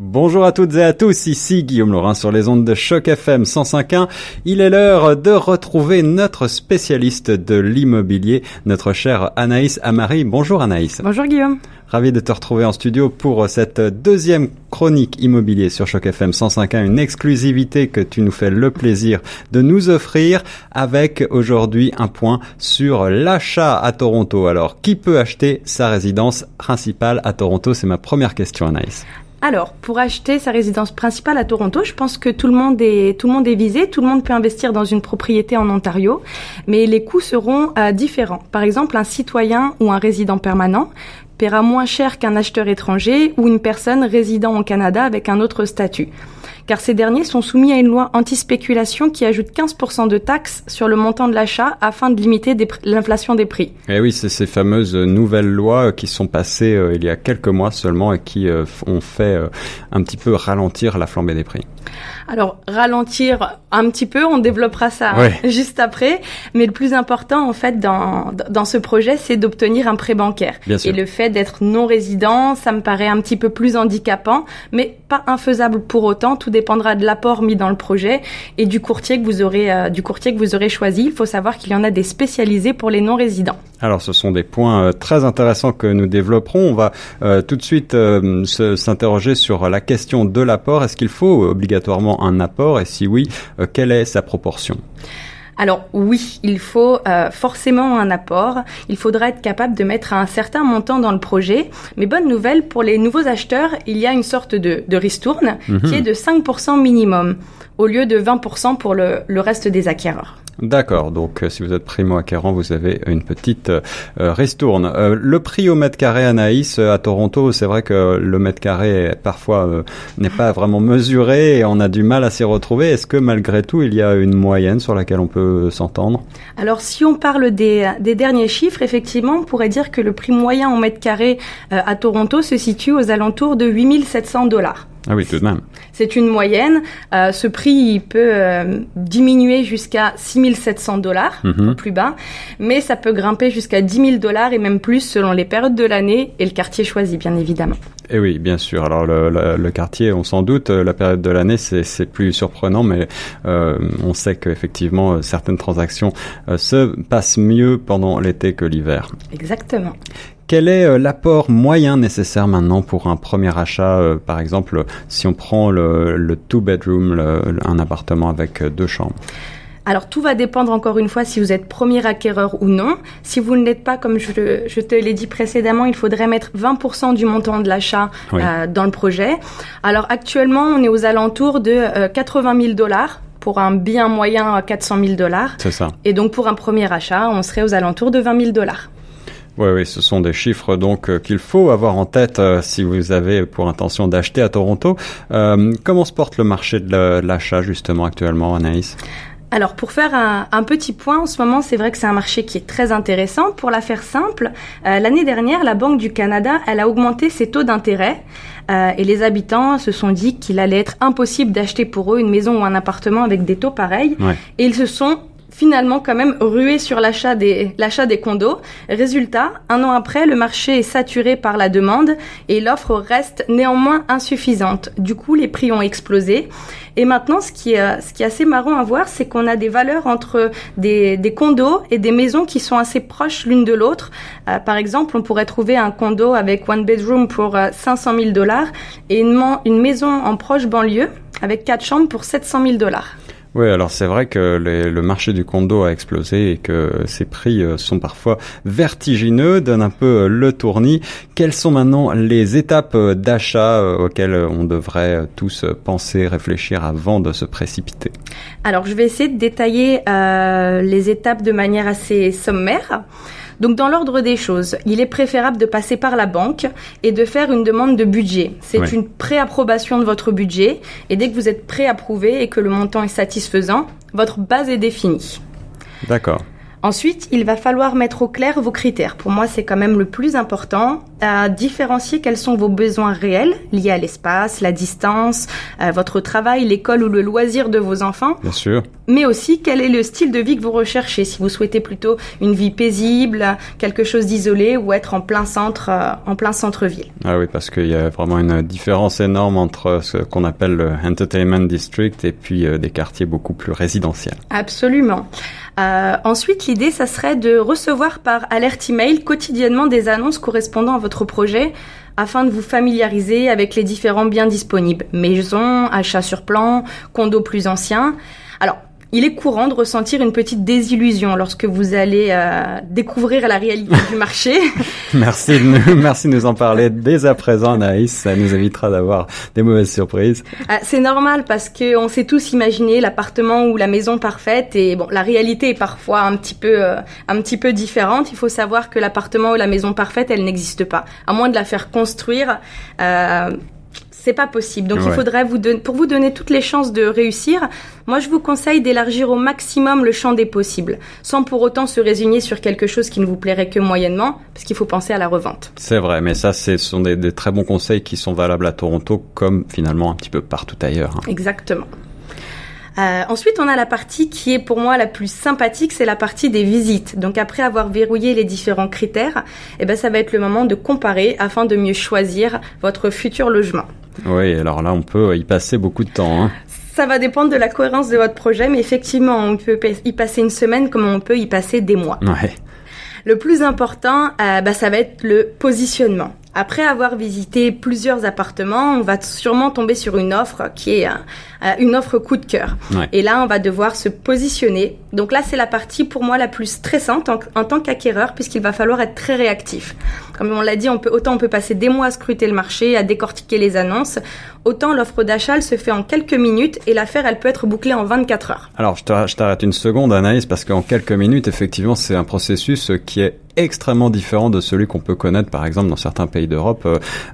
Bonjour à toutes et à tous, ici Guillaume Laurin sur les ondes de Choc FM 105.1. Il est l'heure de retrouver notre spécialiste de l'immobilier, notre chère Anaïs Amari. Bonjour Anaïs. Bonjour Guillaume. Ravi de te retrouver en studio pour cette deuxième chronique immobilier sur Choc FM 105.1, une exclusivité que tu nous fais le plaisir de nous offrir avec aujourd'hui un point sur l'achat à Toronto. Alors, qui peut acheter sa résidence principale à Toronto? C'est ma première question, Anaïs. Alors, pour acheter sa résidence principale à Toronto, je pense que tout le monde est visé, tout le monde peut investir dans une propriété en Ontario, mais les coûts seront différents. Par exemple, un citoyen ou un résident permanent paiera moins cher qu'un acheteur étranger ou une personne résidant au Canada avec un autre statut. Car ces derniers sont soumis à une loi anti-spéculation qui ajoute 15% de taxes sur le montant de l'achat afin de limiter l'inflation des prix. Et oui, c'est ces fameuses nouvelles lois qui sont passées il y a quelques mois seulement et qui ont fait un petit peu ralentir la flambée des prix. Alors, ralentir un petit peu, on développera ça juste après. Mais le plus important, en fait, dans ce projet, c'est d'obtenir un prêt bancaire. Bien sûr. Et le fait d'être non-résident, ça me paraît un petit peu plus handicapant, mais pas infaisable pour autant. Tout dépendra de l'apport mis dans le projet et du courtier que vous aurez choisi. Il faut savoir qu'il y en a des spécialisés pour les non-résidents. Alors, ce sont des points très intéressants que nous développerons. On va tout de suite s'interroger sur la question de l'apport. Est-ce qu'il faut obligatoirement un apport et si oui, quelle est sa proportion? Alors oui, il faut forcément un apport. Il faudra être capable de mettre un certain montant dans le projet. Mais bonne nouvelle, pour les nouveaux acheteurs, il y a une sorte de ristourne qui est de 5% minimum au lieu de 20% pour le reste des acquéreurs. D'accord, donc si vous êtes primo-acquérant, vous avez une petite ristourne. Le prix au mètre carré, Anaïs, à Toronto, c'est vrai que le mètre carré parfois n'est pas vraiment mesuré et on a du mal à s'y retrouver. Est-ce que malgré tout, il y a une moyenne sur laquelle on peut s'entendre? Alors si on parle des derniers chiffres, effectivement, on pourrait dire que le prix moyen au mètre carré à Toronto se situe aux alentours de 8 700 $. Ah oui, tout de même. C'est une moyenne. Ce prix, il peut diminuer jusqu'à 6 700 $ au plus bas, mais ça peut grimper jusqu'à 10 000 $ et même plus selon les périodes de l'année et le quartier choisi, bien évidemment. Et oui, bien sûr. Alors le quartier, on s'en doute, la période de l'année, c'est plus surprenant, mais on sait qu'effectivement certaines transactions se passent mieux pendant l'été que l'hiver. Exactement. Quel est l'apport moyen nécessaire maintenant pour un premier achat, par exemple, si on prend le two-bedroom, un appartement avec 2 chambres? Alors, tout va dépendre encore une fois si vous êtes premier acquéreur ou non. Si vous ne l'êtes pas, comme je te l'ai dit précédemment, il faudrait mettre 20% du montant de l'achat dans le projet. Alors, actuellement, on est aux alentours de 80 000 $ pour un bien moyen à 400 000 $. C'est ça. Et donc, pour un premier achat, on serait aux alentours de 20 000 $. Oui, ce sont des chiffres donc qu'il faut avoir en tête si vous avez pour intention d'acheter à Toronto. Comment se porte le marché de l'achat justement actuellement, Anaïs? Alors, pour faire un petit point, en ce moment, c'est vrai que c'est un marché qui est très intéressant. Pour la faire simple, l'année dernière, la Banque du Canada, elle a augmenté ses taux d'intérêt et les habitants se sont dit qu'il allait être impossible d'acheter pour eux une maison ou un appartement avec des taux pareils. Ouais. Et ils se sont finalement quand même rué sur l'achat des condos. Résultat, 1 an après, le marché est saturé par la demande et l'offre reste néanmoins insuffisante. Du coup, les prix ont explosé. Et maintenant, ce qui est assez marrant à voir, c'est qu'on a des valeurs entre des condos et des maisons qui sont assez proches l'une de l'autre. Par exemple, on pourrait trouver un condo avec one bedroom pour 500 000 $ et une maison en proche banlieue avec 4 chambres pour 700 000 $. Oui, alors c'est vrai que le marché du condo a explosé et que ces prix sont parfois vertigineux, donnent un peu le tournis. Quelles sont maintenant les étapes d'achat auxquelles on devrait tous penser, réfléchir avant de se précipiter? Alors, je vais essayer de détailler les étapes de manière assez sommaire. Donc, dans l'ordre des choses, il est préférable de passer par la banque et de faire une demande de budget. C'est une préapprobation de votre budget et dès que vous êtes préapprouvé et que le montant est satisfaisant, votre base est définie. D'accord. Ensuite, il va falloir mettre au clair vos critères. Pour moi, c'est quand même le plus important, différencier quels sont vos besoins réels liés à l'espace, la distance, votre travail, l'école ou le loisir de vos enfants. Bien sûr. Mais aussi, quel est le style de vie que vous recherchez. Si vous souhaitez plutôt une vie paisible, quelque chose d'isolé ou être en plein centre-ville. Ah oui, parce qu'il y a vraiment une différence énorme entre ce qu'on appelle le Entertainment District et puis des quartiers beaucoup plus résidentiels. Absolument. Ensuite, l'idée, ça serait de recevoir par alerte email quotidiennement des annonces correspondant à votre projet afin de vous familiariser avec les différents biens disponibles. Maison, achat sur plan, condo plus ancien. Alors, il est courant de ressentir une petite désillusion lorsque vous allez découvrir la réalité du marché. Merci de nous en parler dès à présent, Anaïs. Ça nous évitera d'avoir des mauvaises surprises. C'est normal parce que on s'est tous imaginé l'appartement ou la maison parfaite et bon, la réalité est parfois un petit peu différente. Il faut savoir que l'appartement ou la maison parfaite, elle n'existe pas. À moins de la faire construire, c'est pas possible. Donc, il faudrait pour vous donner toutes les chances de réussir, moi, je vous conseille d'élargir au maximum le champ des possibles, sans pour autant se résigner sur quelque chose qui ne vous plairait que moyennement, parce qu'il faut penser à la revente. C'est vrai, mais ça, ce sont des très bons conseils qui sont valables à Toronto, comme finalement un petit peu partout ailleurs. Exactement. Ensuite, on a la partie qui est pour moi la plus sympathique, c'est la partie des visites. Donc après avoir verrouillé les différents critères, ça va être le moment de comparer afin de mieux choisir votre futur logement. Oui, alors là, on peut y passer beaucoup de temps. Ça va dépendre de la cohérence de votre projet, mais effectivement, on peut y passer une semaine comme on peut y passer des mois. Ouais. Le plus important, ça va être le positionnement. Après avoir visité plusieurs appartements, on va sûrement tomber sur une offre qui est une offre coup de cœur. Ouais. Et là, on va devoir se positionner. Donc là, c'est la partie pour moi la plus stressante en tant qu'acquéreur, puisqu'il va falloir être très réactif. Comme on l'a dit, autant on peut passer des mois à scruter le marché, à décortiquer les annonces, autant l'offre d'achat, elle se fait en quelques minutes et l'affaire, elle peut être bouclée en 24 heures. Alors, je t'arrête une seconde, Anaïs, parce qu'en quelques minutes, effectivement, c'est un processus qui est extrêmement différent de celui qu'on peut connaître, par exemple, dans certains pays d'Europe.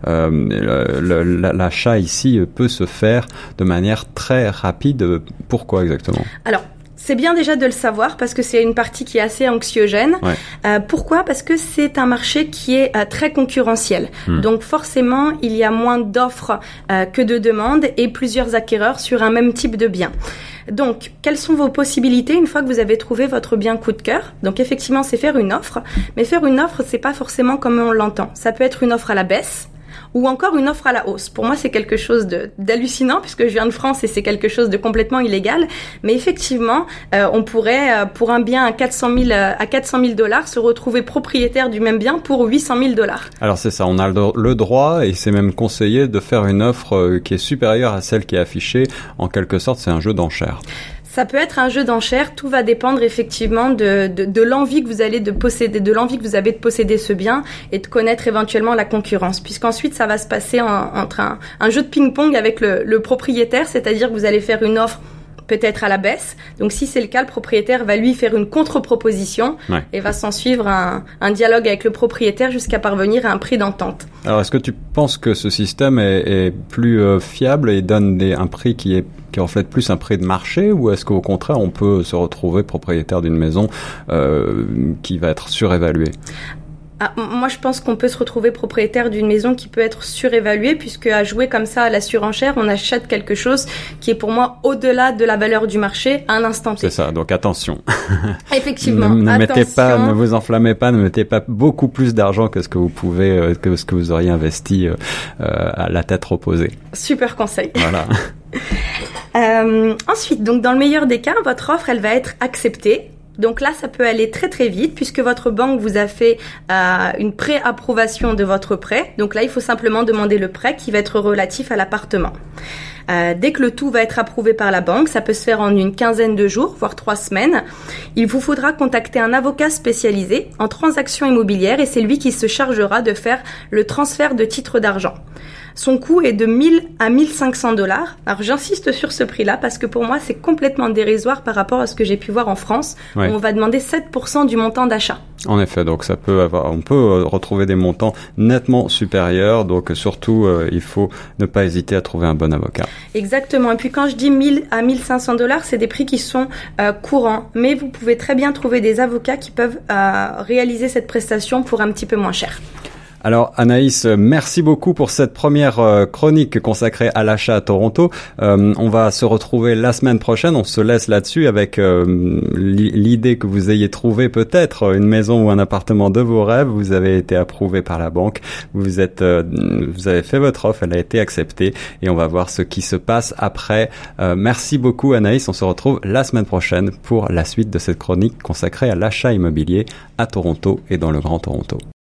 L'achat ici peut se faire de manière très rapide. Pourquoi exactement ? Alors, c'est bien déjà de le savoir parce que c'est une partie qui est assez anxiogène. Ouais. Pourquoi ? Parce que c'est un marché qui est très concurrentiel. Donc forcément, il y a moins d'offres que de demandes et plusieurs acquéreurs sur un même type de bien. Donc, quelles sont vos possibilités une fois que vous avez trouvé votre bien coup de cœur ? Donc, effectivement, c'est faire une offre. Mais faire une offre, c'est pas forcément comme on l'entend. Ça peut être une offre à la baisse ou encore une offre à la hausse. Pour moi, c'est quelque chose d'hallucinant puisque je viens de France et c'est quelque chose de complètement illégal. Mais effectivement, on pourrait, pour un bien à 400 000 $, se retrouver propriétaire du même bien pour 800 000 $. Alors, c'est ça. On a le droit et c'est même conseillé de faire une offre qui est supérieure à celle qui est affichée. En quelque sorte, c'est un jeu d'enchères. Ça peut être un jeu d'enchères, tout va dépendre effectivement de l'envie que vous allez de posséder, de l'envie que vous avez de posséder ce bien et de connaître éventuellement la concurrence. Puisqu'ensuite, ça va se passer entre un jeu de ping-pong avec le propriétaire, c'est-à-dire que vous allez faire une offre peut-être à la baisse. Donc si c'est le cas, le propriétaire va lui faire une contre-proposition et va s'en suivre un dialogue avec le propriétaire jusqu'à parvenir à un prix d'entente. Alors est-ce que tu penses que ce système est plus fiable et donne un prix qui reflète plus un prix de marché, ou est-ce qu'au contraire on peut se retrouver propriétaire d'une maison qui va être surévaluée ? Moi, je pense qu'on peut se retrouver propriétaire d'une maison qui peut être surévaluée, puisque à jouer comme ça à la surenchère, on achète quelque chose qui est pour moi au-delà de la valeur du marché à un instant T. C'est ça, donc attention. Effectivement, ne vous enflammez pas, ne mettez pas beaucoup plus d'argent que ce que vous auriez investi à la tête reposée. Super conseil. Voilà. Ensuite, donc dans le meilleur des cas, votre offre, elle va être acceptée. Donc là, ça peut aller très très vite puisque votre banque vous a fait une pré-approbation de votre prêt. Donc là, il faut simplement demander le prêt qui va être relatif à l'appartement. Dès que le tout va être approuvé par la banque, ça peut se faire en une quinzaine de jours, voire 3 semaines. Il vous faudra contacter un avocat spécialisé en transactions immobilières et c'est lui qui se chargera de faire le transfert de titres d'argent. Son coût est de 1000 à 1500 $. Alors j'insiste sur ce prix-là parce que pour moi c'est complètement dérisoire par rapport à ce que j'ai pu voir en France. Oui. Où on va demander 7% du montant d'achat. En effet, donc on peut retrouver des montants nettement supérieurs, donc surtout il faut ne pas hésiter à trouver un bon avocat. Exactement, et puis quand je dis 1000 à 1500 $, c'est des prix qui sont courants, mais vous pouvez très bien trouver des avocats qui peuvent réaliser cette prestation pour un petit peu moins cher. Alors Anaïs, merci beaucoup pour cette première chronique consacrée à l'achat à Toronto. On va se retrouver la semaine prochaine. On se laisse là-dessus avec l'idée que vous ayez trouvé peut-être une maison ou un appartement de vos rêves. Vous avez été approuvé par la banque. Vous avez fait votre offre, elle a été acceptée et on va voir ce qui se passe après. Merci beaucoup Anaïs. On se retrouve la semaine prochaine pour la suite de cette chronique consacrée à l'achat immobilier à Toronto et dans le Grand Toronto.